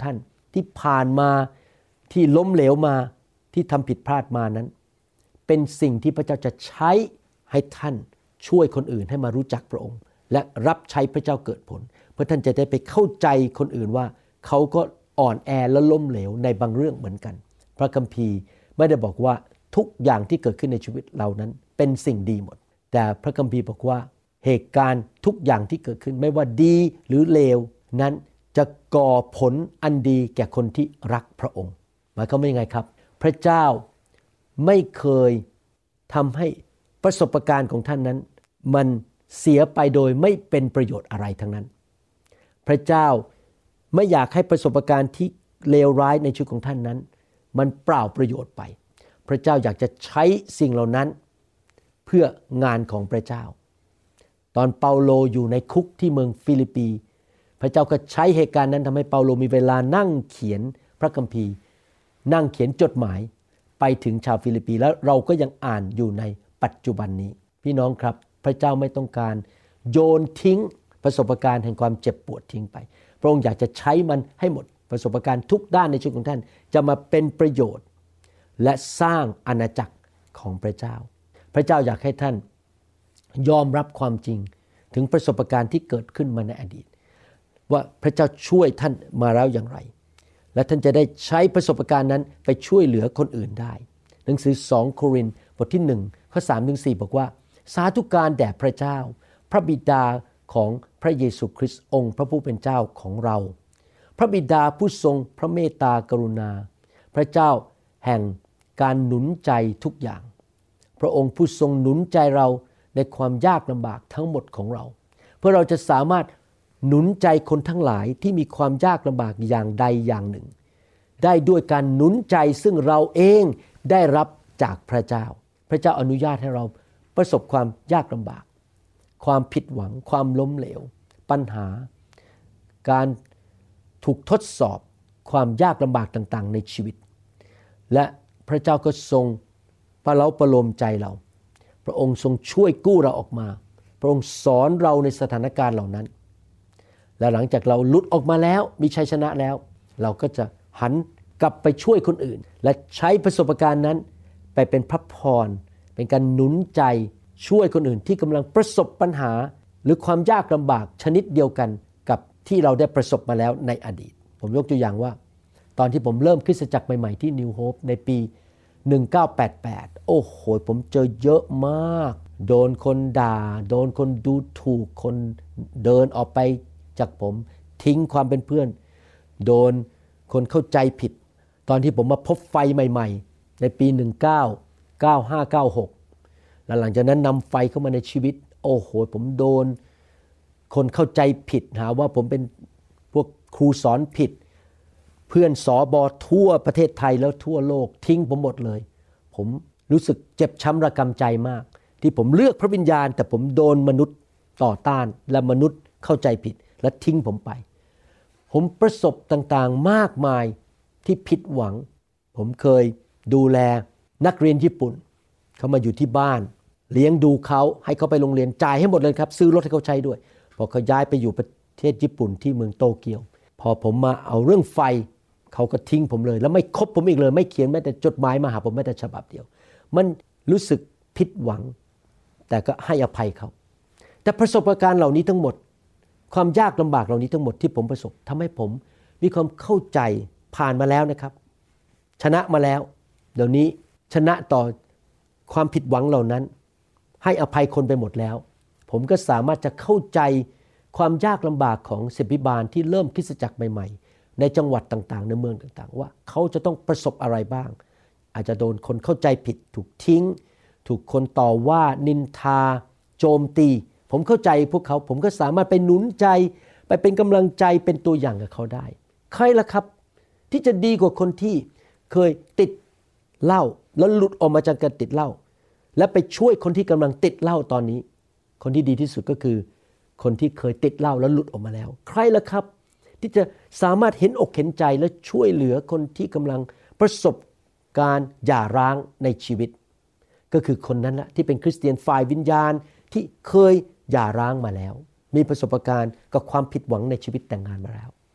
ที่ผ่านมาที่ล้มเหลวมาที่ทำผิดพลาดมานั้นเป็นสิ่งที่พระเจ้าจะใช้ให้ท่านช่วยคนอื่นให้มารู้จักพระองค์และรับใช้พระเจ้าเกิดผลเพื่อท่านจะได้ไปเข้าใจคนอื่นว่าเขาก็อ่อนแอและล้มเหลวในบางเรื่องเหมือนกันพระคัมภีร์ไม่ได้บอกว่าทุกอย่างที่เกิดขึ้นในชีวิตเรานั้นเป็นสิ่งดีหมดแต่พระคัมภีร์บอกว่าเหตุการณ์ทุกอย่างที่เกิดขึ้นไม่ว่าดีหรือเลวนั้นจะก่อผลอันดีแก่คนที่รักพระองค์หมายความว่ายังไงครับพระเจ้าไม่เคยทำให้ประสบการณ์ของท่านนั้นมันเสียไปโดยไม่เป็นประโยชน์อะไรทั้งนั้นพระเจ้าไม่อยากให้ประสบการณ์ที่เลวร้ายในชีวิตของท่านนั้นมันเปล่าประโยชน์ไปพระเจ้าอยากจะใช้สิ่งเหล่านั้นเพื่องานของพระเจ้าตอนเปาโลอยู่ในคุกที่เมืองฟิลิปปีพระเจ้าก็ใช้เหตุการณ์นั้นทำให้เปาโลมีเวลานั่งเขียนพระคัมภีร์นั่งเขียนจดหมายไปถึงชาวฟิลิปปีแล้วเราก็ยังอ่านอยู่ในปัจจุบันนี้พี่น้องครับพระเจ้าไม่ต้องการโยนทิ้งประสบการณ์แห่งความเจ็บปวดทิ้งไปพระองค์อยากจะใช้มันให้หมดประสบการณ์ทุกด้านในชีวิตของท่านจะมาเป็นประโยชน์และสร้างอาณาจักรของพระเจ้าพระเจ้าอยากให้ท่านยอมรับความจริงถึงประสบการณ์ที่เกิดขึ้นมาในอดีตว่าพระเจ้าช่วยท่านมาแล้วอย่างไรและท่านจะได้ใช้ประสบการณ์นั้นไปช่วยเหลือคนอื่นได้หนังสือสองโครินธ์บทที่หนึ่งข้อสามถึงสี่บอกว่าสาธุการแด่พระเจ้าพระบิดาของพระเยซูคริสต์องค์พระผู้เป็นเจ้าของเราพระบิดาผู้ทรงพระเมตตากรุณาพระเจ้าแห่งการหนุนใจทุกอย่างพระองค์ผู้ทรงหนุนใจเราในความยากลำบากทั้งหมดของเราเพื่อเราจะสามารถหนุนใจคนทั้งหลายที่มีความยากลำบากอย่างใดอย่างหนึ่งได้ด้วยการหนุนใจซึ่งเราเองได้รับจากพระเจ้าพระเจ้าอนุญาตให้เราประสบความยากลำบากความผิดหวังความล้มเหลวปัญหาการถูกทดสอบความยากลำบากต่างๆในชีวิตและพระเจ้าก็ทรงประเล้าประโลมใจเราพระองค์ทรงช่วยกู้เราออกมาพระองค์สอนเราในสถานการณ์เหล่านั้นและหลังจากเราหลุดออกมาแล้วมีชัยชนะแล้วเราก็จะหันกลับไปช่วยคนอื่นและใช้ประสบการณ์นั้นไปเป็นพระพรเป็นการหนุนใจช่วยคนอื่นที่กำลังประสบปัญหาหรือความยากลำบากชนิดเดียวกันกับที่เราได้ประสบมาแล้วในอดีตผมยกตัวอย่างว่าตอนที่ผมเริ่มคริสตจักรใหม่ๆที่ New Hope ในปีหนึ่งพันเก้าร้อยแปดสิบแปดโอ้โหผมเจอเยอะมากโดนคนด่าโดนคนดูถูกคนเดินออกไปจากผมทิ้งความเป็นเพื่อนโดนคนเข้าใจผิดตอนที่ผมมาพบไฟใหม่ๆในปีหนึ่งพันเก้าร้อยเก้าสิบห้า เก้าสิบหกแล้วหลังจากนั้นนำไฟเข้ามาในชีวิตโอ้โหผมโดนคนเข้าใจผิดหาว่าผมเป็นพวกครูสอนผิดเพื่อนสอบอทั่วประเทศไทยแล้วทั่วโลกทิ้งผมหมดเลยผมรู้สึกเจ็บช้ำระกำใจมากที่ผมเลือกพระวิญญาณแต่ผมโดนมนุษย์ต่อต้านและมนุษย์เข้าใจผิดและทิ้งผมไปผมประสบต่างๆมากมายที่ผิดหวังผมเคยดูแลนักเรียนญี่ปุ่นเขามาอยู่ที่บ้านเลี้ยงดูเขาให้เขาไปโรงเรียนจ่ายให้หมดเลยครับซื้อรถให้เขาใช้ด้วยพอเขาย้ายไปอยู่ประเทศญี่ปุ่นที่เมืองโตเกียวพอผมมาเอาเรื่องไฟเขาก็ทิ้งผมเลยแล้วไม่คบผมอีกเลยไม่เขียนแม้แต่จดหมายมาหาผมแม้แต่ฉบับเดียวมันรู้สึกผิดหวังแต่ก็ให้อภัยเขาแต่ประสบการณ์เหล่านี้ทั้งหมดความยากลำบากเหล่านี้ทั้งหมดที่ผมประสบทำให้ผมมีความเข้าใจผ่านมาแล้วนะครับชนะมาแล้วเดี๋ยวนี้ชนะต่อความผิดหวังเหล่านั้นให้อภัยคนไปหมดแล้วผมก็สามารถจะเข้าใจความยากลำบากของศิษย์บาลที่เริ่มคริสตจักรใหม่ๆในจังหวัดต่างๆในเมืองต่างๆว่าเขาจะต้องประสบอะไรบ้างอาจจะโดนคนเข้าใจผิดถูกทิ้งถูกคนต่อว่านินทาโจมตีผมเข้าใจพวกเขาผมก็สามารถไปหนุนใจไปเป็นกำลังใจเป็นตัวอย่างกับเขาได้ใครล่ะครับที่จะดีกว่าคนที่เคยติดเหล้าแล้วหลุดออกมาจากการติดเหล้าและไปช่วยคนที่กำลังติดเหล้าตอนนี้คนที่ดีที่สุดก็คือคนที่เคยติดเหล้าแล้วหลุดออกมาแล้วใครล่ะครับที่จะสามารถเห็นอกเห็นใจและช่วยเหลือคนที่กำลังประสบการหย่าร้างในชีวิตก็คือคนนั้นแหละที่เป็นคริสเตียนฝ่ายวิญญาณที่เคยหย่าร้างมาแล้วมีประสบการณ์กับความผิดหวังในชีวิตแต่งงานมาแล้ว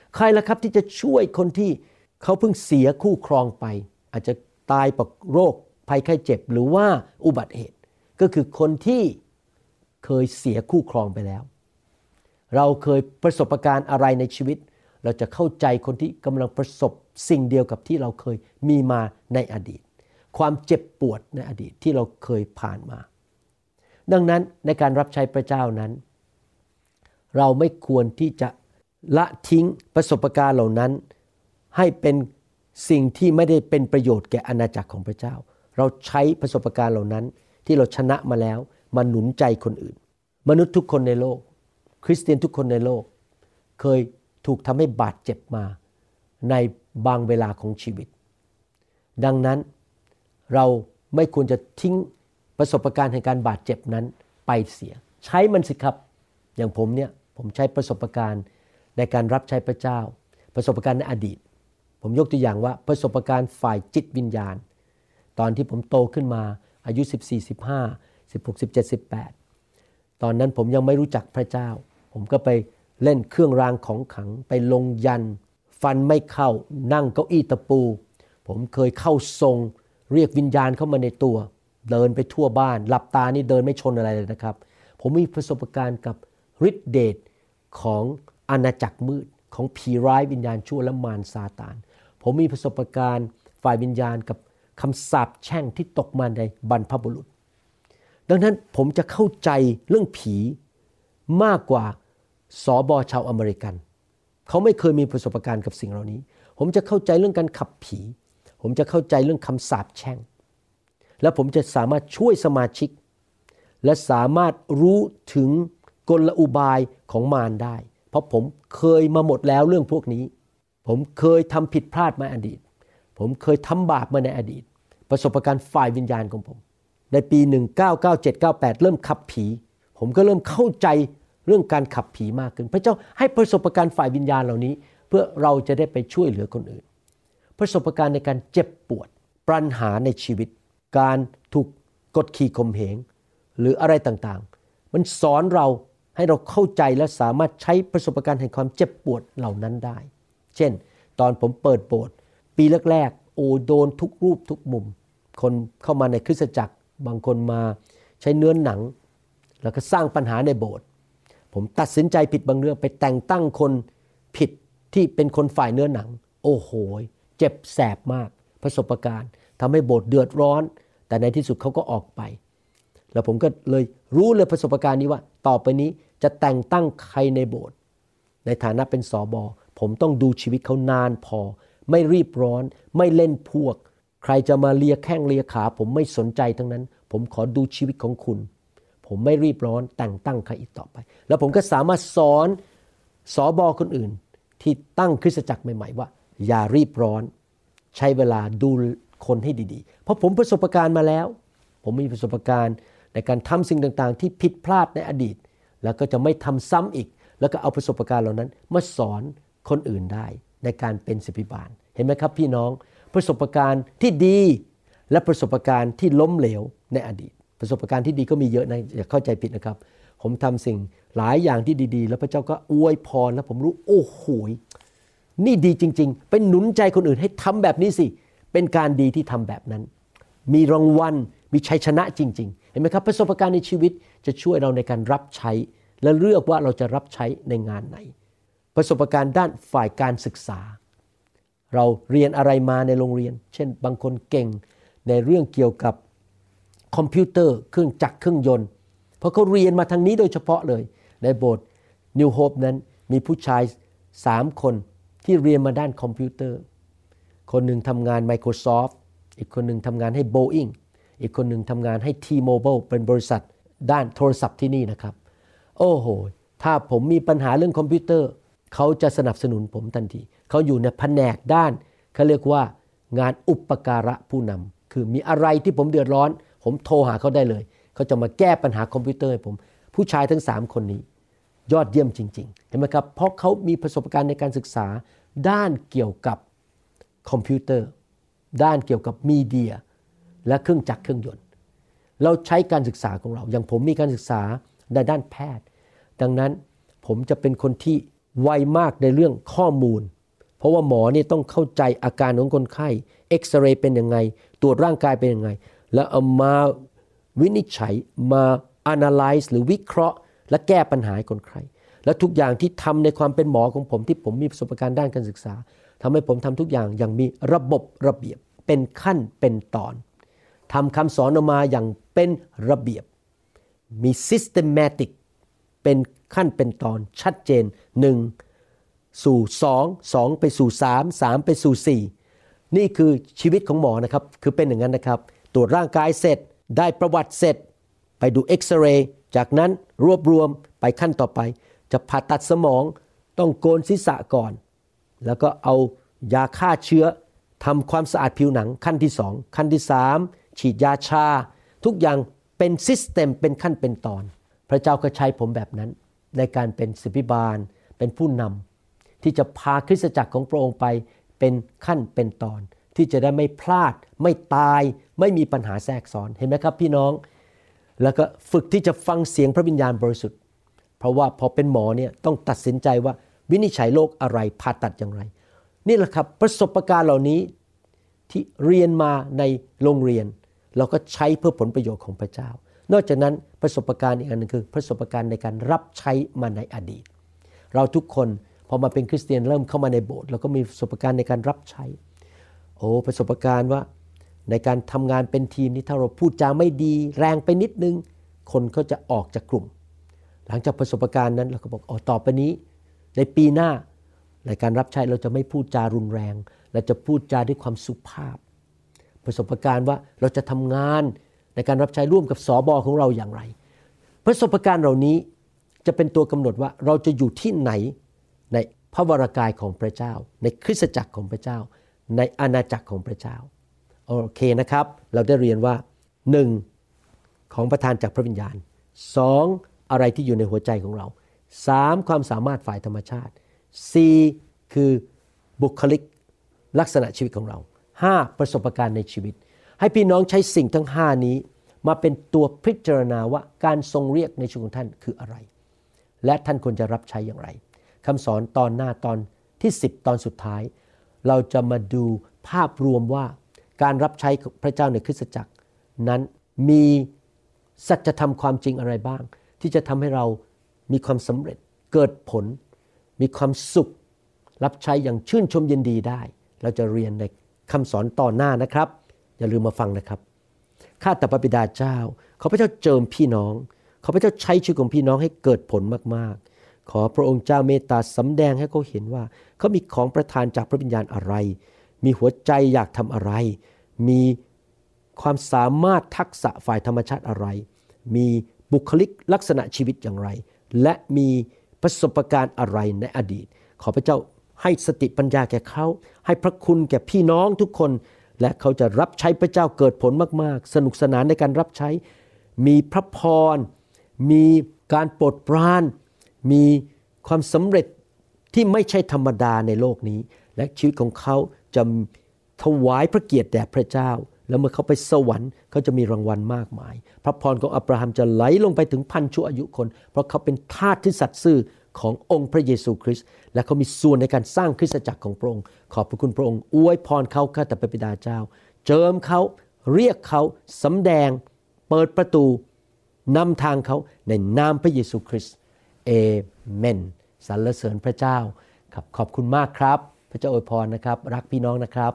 ใครล่ะครับที่จะช่วยคนที่เขาเพิ่งเสียคู่ครองไปอาจจะตายจากโรคภัยไข้เจ็บหรือว่าอุบัติเหตุก็คือคนที่เคยเสียคู่ครองไปแล้วเราเคยประสบการณ์อะไรในชีวิตเราจะเข้าใจคนที่กำลังประสบสิ่งเดียวกับที่เราเคยมีมาในอดีตความเจ็บปวดในอดีตที่เราเคยผ่านมาดังนั้นในการรับใช้พระเจ้านั้นเราไม่ควรที่จะละทิ้งประสบการณ์เหล่านั้นให้เป็นสิ่งที่ไม่ได้เป็นประโยชน์แก่อาณาจักรของพระเจ้าเราใช้ประสบการณ์เหล่านั้นที่เราชนะมาแล้วมาหนุนใจคนอื่นมนุษย์ทุกคนในโลกคริสเตียนทุกคนในโลกเคยถูกทำให้บาดเจ็บมาในบางเวลาของชีวิตดังนั้นเราไม่ควรจะทิ้งประสบการณ์แห่งการบาดเจ็บนั้นไปเสียใช้มันสิครับอย่างผมเนี่ยผมใช้ประสบการณ์ในการรับใช้พระเจ้าประสบการณ์ในอดีตผมยกตัวอย่างว่าประสบการณ์ฝ่ายจิตวิญญาณตอนที่ผมโตขึ้นมาอายุสิบสี่ สิบห้า สิบหก สิบเจ็ด สิบแปดตอนนั้นผมยังไม่รู้จักพระเจ้าผมก็ไปเล่นเครื่องรางของขลังไปลงยันฟันไม่เข้านั่งเก้าอี้ตะปูผมเคยเข้าทรงเรียกวิญญาณเข้ามาในตัวเดินไปทั่วบ้านหลับตานี่เดินไม่ชนอะไรเลยนะครับผมมีประสบการณ์กับฤทธิเดชของอาณาจักรมืดของผีร้ายวิญญาณชั่วและมารซาตานผมมีประสบการณ์ฝ่ายวิญญาณกับคำสาปแช่งที่ตกมาในบรรพบุรุษดังนั้นผมจะเข้าใจเรื่องผีมากกว่าสบชาวอเมริกันเขาไม่เคยมีประสบการณ์กับสิ่งเหล่านี้ผมจะเข้าใจเรื่องการขับผีผมจะเข้าใจเรื่องคำสาปแช่งและผมจะสามารถช่วยสมาชิกและสามารถรู้ถึงกลอุบายของมารได้เพราะผมเคยมาหมดแล้วเรื่องพวกนี้ผมเคยทำผิดพลาดมาอดีตผมเคยทำบาปมาในอดีตประสบการณ์ฝ่ายวิญญาณของผมในปีหนึ่งพันเก้าร้อยเก้าสิบเจ็ด เก้าสิบแปดเริ่มขับผีผมก็เริ่มเข้าใจเรื่องการขับผีมากขึ้นพระเจ้าให้ประสบการณ์ฝ่ายวิญญาณเหล่านี้เพื่อเราจะได้ไปช่วยเหลือคนอื่นประสบการณ์ในการเจ็บปวดปัญหาในชีวิตการถูกกดขี่ข่มเหงหรืออะไรต่างๆมันสอนเราให้เราเข้าใจและสามารถใช้ประสบการณ์แห่งความเจ็บปวดเหล่านั้นได้เช่นตอนผมเปิดโบสถ์ปีแรกๆโอ้โดนทุกรูปทุกมุมคนเข้ามาในคริสตจักรบางคนมาใช้เนื้อหนังแล้วก็สร้างปัญหาในโบสถ์ผมตัดสินใจผิดบางเรื่องไปแต่งตั้งคนผิดที่เป็นคนฝ่ายเนื้อหนังโอ้โหเจ็บแสบมากประสบการณ์ทำให้โบสถ์เดือดร้อนแต่ในที่สุดเขาก็ออกไปแล้วผมก็เลยรู้เลยประสบการณ์นี้ว่าต่อไปนี้จะแต่งตั้งใครในโบสถ์ในฐานะเป็นสบผมต้องดูชีวิตเขานานพอไม่รีบร้อนไม่เล่นพวกใครจะมาเลียแข้งเลียขาผมไม่สนใจทั้งนั้นผมขอดูชีวิตของคุณผมไม่รีบร้อนแต่งตั้งใครอีกต่อไปแล้วผมก็สามารถสอนสบคนอื่นที่ตั้งคริสตจักรใหม่ๆว่าอย่ารีบร้อนใช้เวลาดูคนให้ดีๆเพราะผมประสบการณ์มาแล้วผมมีประสบการณ์ในการทำสิ่งต่างๆที่ผิดพลาดในอดีตแล้วก็จะไม่ทำซ้ำอีกแล้วก็เอาประสบการณ์เหล่านั้นมาสอนคนอื่นได้ในการเป็นศิษย์บาลเห็นไหมครับพี่น้องประสบการณ์ที่ดีและประสบการณ์ที่ล้มเหลวในอดีตประสบการณ์ที่ดีก็มีเยอะนะอย่าเข้าใจผิดนะครับผมทำสิ่งหลายอย่างที่ดีๆแล้วพระเจ้าก็อวยพรแล้วผมรู้โอ้โหนี่ดีจริงๆเป็นหนุนใจคนอื่นให้ทำแบบนี้สิเป็นการดีที่ทำแบบนั้นมีรางวัลมีชัยชนะจริงๆเห็นไหมครับประสบการณ์ในชีวิตจะช่วยเราในการรับใช้และเลือกว่าเราจะรับใช้ในงานไหนประสบการณ์ด้านฝ่ายการศึกษาเราเรียนอะไรมาในโรงเรียนเช่นบางคนเก่งในเรื่องเกี่ยวกับคอมพิวเตอร์เครื่องจักรเครื่องยนต์เพราะเขาเรียนมาทางนี้โดยเฉพาะเลยในโบสถ์ New Hope นั้นมีผู้ชายสามคนที่เรียนมาด้านคอมพิวเตอร์คนหนึ่งทำงาน Microsoft อีกคนหนึ่งทำงานให้ Boeing อีกคนหนึ่งทำงานให้ T-Mobile เป็นบริษัทด้านโทรศัพท์ที่นี่นะครับโอ้โหถ้าผมมีปัญหาเรื่องคอมพิวเตอร์เขาจะสนับสนุนผมทันทีเขาอยู่ในแผนกด้านเขาเรียกว่างานอุปการะผู้นำคือมีอะไรที่ผมเดือดร้อนผมโทรหาเขาได้เลยเขาจะมาแก้ปัญหาคอมพิวเตอร์ให้ผมผู้ชายทั้งสามคนนี้ยอดเยี่ยมจริงๆเห็นไหมครับเพราะเขามีประสบการณ์ในการศึกษาด้านเกี่ยวกับคอมพิวเตอร์ด้านเกี่ยวกับมีเดียและเครื่องจักรเครื่องยนต์เราใช้การศึกษาของเราอย่างผมมีการศึกษาในด้านแพทย์ดังนั้นผมจะเป็นคนที่ไวมากในเรื่องข้อมูลเพราะว่าหมอนี่ต้องเข้าใจอาการของคนไข้เอ็กซเรย์เป็นยังไงตรวจร่างกายเป็นยังไงแล้วเอามาวินิจฉัยมา analyze หรือวิเคราะห์และแก้ปัญหาให้คนไข้และทุกอย่างที่ทำในความเป็นหมอของผมที่ผมมีประสบการณ์ด้านการศึกษาทำให้ผมทำทุกอย่างอย่างมีระบบระเบียบเป็นขั้นเป็นตอนทำคำสอนออกมาอย่างเป็นระเบียบมี systematic เป็นขั้นเป็นตอนชัดเจนหนึ่งสู่สอง สองไปสู่สาม สามไปสู่สี่นี่คือชีวิตของหมอนะครับคือเป็นอย่างนั้นนะครับตรวจร่างกายเสร็จได้ประวัติเสร็จไปดูเอ็กซเรย์จากนั้นรวบรวมไปขั้นต่อไปจะผ่าตัดสมองต้องโกนศีรษะก่อนแล้วก็เอายาฆ่าเชื้อทำความสะอาดผิวหนังขั้นที่สองขั้นที่สามฉีดยาชาทุกอย่างเป็นซิสเต็มเป็นขั้นเป็นตอนพระเจ้าก็ใช้ผมแบบนั้นในการเป็นศิบิบาลเป็นผู้นำที่จะพาคริสตจักรของพระองค์ไปเป็นขั้นเป็นตอนที่จะได้ไม่พลาดไม่ตายไม่มีปัญหาแทรกซ้อนเห็นไหมครับพี่น้องแล้วก็ฝึกที่จะฟังเสียงพระวิญญาณบริสุทธิ์เพราะว่าพอเป็นหมอเนี่ยต้องตัดสินใจว่าวินิจฉัยโรคอะไรผ่าตัดอย่างไรนี่แหละครับประสบการณ์เหล่านี้ที่เรียนมาในโรงเรียนเราก็ใช้เพื่อผลประโยชน์ของพระเจ้านอกจากนั้นประสบการณ์อีกอันนึงคือประสบการณ์ในการรับใช้มาในอดีตเราทุกคนพอมาเป็นคริสเตียนเริ่มเข้ามาในโบสถ์เราก็มีประสบการณ์ในการรับใช้โอ้ประสบการณ์ว่าในการทำงานเป็นทีมนี้ถ้าเราพูดจาไม่ดีแรงไปนิดนึงคนก็จะออกจากกลุ่มหลังจากประสบการณ์นั้นเราก็บอกอ๋อต่อไปนี้ในปีหน้าในการรับใช้เราจะไม่พูดจารุนแรงเราจะพูดจาด้วยความสุภาพประสบการณ์ว่าเราจะทำงานในการรับใช้ร่วมกับสบของเราอย่างไรประสบการณ์เหล่านี้จะเป็นตัวกำหนดว่าเราจะอยู่ที่ไหนในพระวรากายของพระเจ้าในคริสตจักรของพระเจ้าในอาณาจักรของพระเจ้าโอเคนะครับเราได้เรียนว่าหนึ่งของประทานจากพระวิญญาณสองอะไรที่อยู่ในหัวใจของเราสามความสามารถฝ่ายธรรมชาติสี่คือบุคลิกลักษณะชีวิตของเราห้าประสบการณ์ในชีวิตให้พี่น้องใช้สิ่งทั้งห้านี้มาเป็นตัวพิจารณาว่าการทรงเรียกในชีวิตของท่านคืออะไรและท่านควรจะรับใช้อย่างไรคำสอนตอนหน้าตอนที่สิบตอนสุดท้ายเราจะมาดูภาพรวมว่าการรับใช้พระเจ้าในคริสตจักรนั้นมีสัจธรรมความจริงอะไรบ้างที่จะทำให้เรามีความสำเร็จเกิดผลมีความสุขรับใช้อย่างชื่นชมยินดีได้เราจะเรียนในคำสอนตอนหน้านะครับอย่าลืมมาฟังนะครับข้าแต่พระบิดาเจ้าขอพระเจ้าเจิมพี่น้องขอพระเจ้าใช้ชีวิตของพี่น้องให้เกิดผลมากๆขอพระองค์เจ้าเมตตาสำแดงให้เขาเห็นว่าเขามีของประทานจากพระวิญญาณอะไรมีหัวใจอยากทำอะไรมีความสามารถทักษะฝ่ายธรรมชาติอะไรมีบุคลิกลักษณะชีวิตอย่างไรและมีประสบการณ์อะไรในอดีตขอพระเจ้าให้สติปัญญาแก่เขาให้พระคุณแก่พี่น้องทุกคนและเขาจะรับใช้พระเจ้าเกิดผลมากๆสนุกสนานในการรับใช้มีพระพรมีการโปรดปรานมีความสำเร็จที่ไม่ใช่ธรรมดาในโลกนี้และชีวิตของเขาจะถวายพระเกียรติแด่พระเจ้าแล้วเมื่อเขาไปสวรรค์เขาจะมีรางวัลมากมายพระพรของอับราฮัมจะไหลลงไปถึงพันชั่วอายุคนเพราะเขาเป็นทาสที่สัตย์ซื่อขององค์พระเยซูคริสต์และเขามีส่วนในการสร้างคริสตจักรของพระองค์ขอบพระคุณพระองค์อวยพรเขาข้าแต่พระบิดาเจ้าเจิมเขาเรียกเขาสำแดงเปิดประตูนำทางเขาในนามพระเยซูคริสต์เอเมนสรรเสริญพระเจ้าครับขอบคุณมากครับพระเจ้าอวยพรนะครับรักพี่น้องนะครับ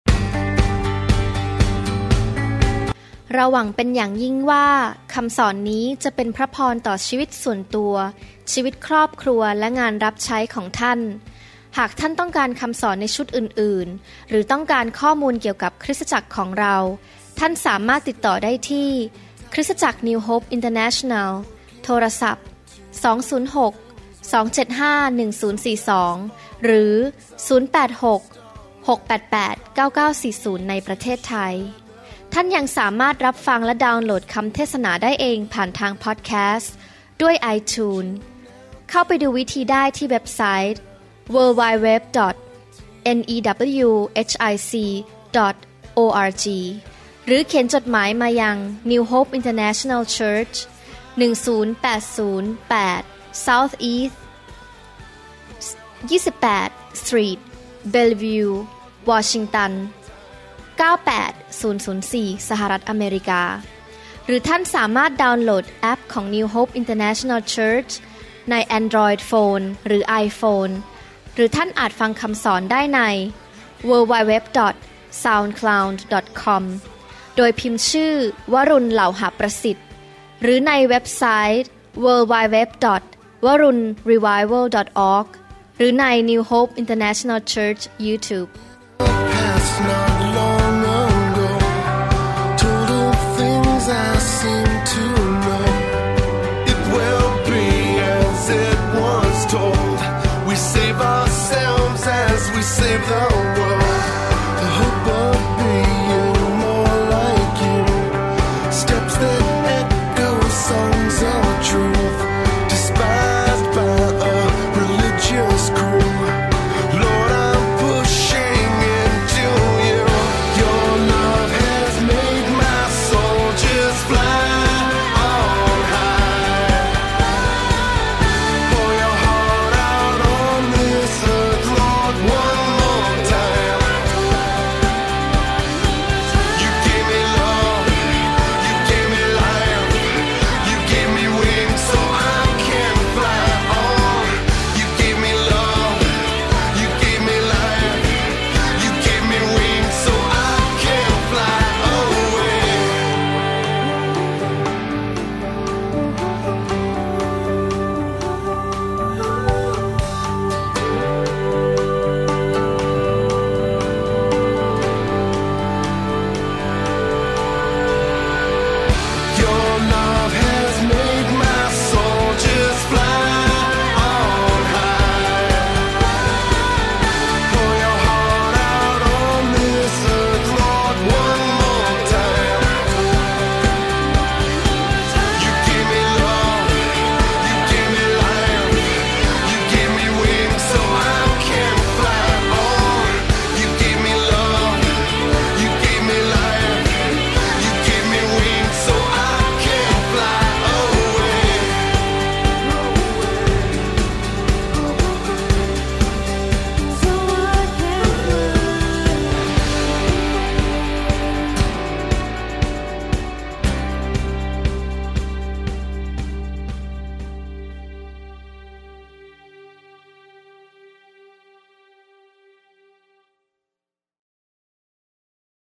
เราหวังเป็นอย่างยิ่งว่าคำสอนนี้จะเป็นพระพรต่อชีวิตส่วนตัวชีวิตครอบครัวและงานรับใช้ของท่านหากท่านต้องการคำสอนในชุดอื่นๆหรือต้องการข้อมูลเกี่ยวกับคริสตจักรของเราท่านสามารถติดต่อได้ที่คริสตจักร New Hope International โทรศัพท์สอง ศูนย์ หก สอง เจ็ด ห้า หนึ่ง ศูนย์ สี่ สองหรือศูนย์ แปด หก หก แปด แปด เก้า เก้า สี่ ศูนย์ในประเทศไทยท่านยังสามารถรับฟังและดาวน์โหลดคำเทศนาได้เองผ่านทางพอดแคสต์ด้วย iTunes เข้าไปดูวิธีได้ที่เว็บไซต์ ดับเบิลยู ดับเบิลยู ดับเบิลยู ดอท เน อี ดับเบิลยู เอช ไอ ซี ดอท โอ อาร์ จี หรือเขียนจดหมายมายัง New Hope International Church หนึ่ง ศูนย์ แปด ศูนย์ แปด South East ยี่สิบแปด Street Bellevue Washington เก้าแปดศูนย์ศูนย์สี่ สหรัฐอเมริกาหรือท่านสามารถดาวน์โหลดแอปของ New Hope International Church ใน Android Phone หรือ iPhone หรือท่านอาจฟังคำสอนได้ใน ดับเบิลยู ดับเบิลยู ดับเบิลยู ดอท ซาวด์คลาวด์ ดอท คอม โดยพิมพ์ชื่อวรุณเหล่าหประสิทธิ์หรือในเว็บไซต์ ดับเบิลยู ดับเบิลยู ดับเบิลยู ดอท วรุณรีไววัล ดอท ออร์ก หรือใน New Hope International Church YouTube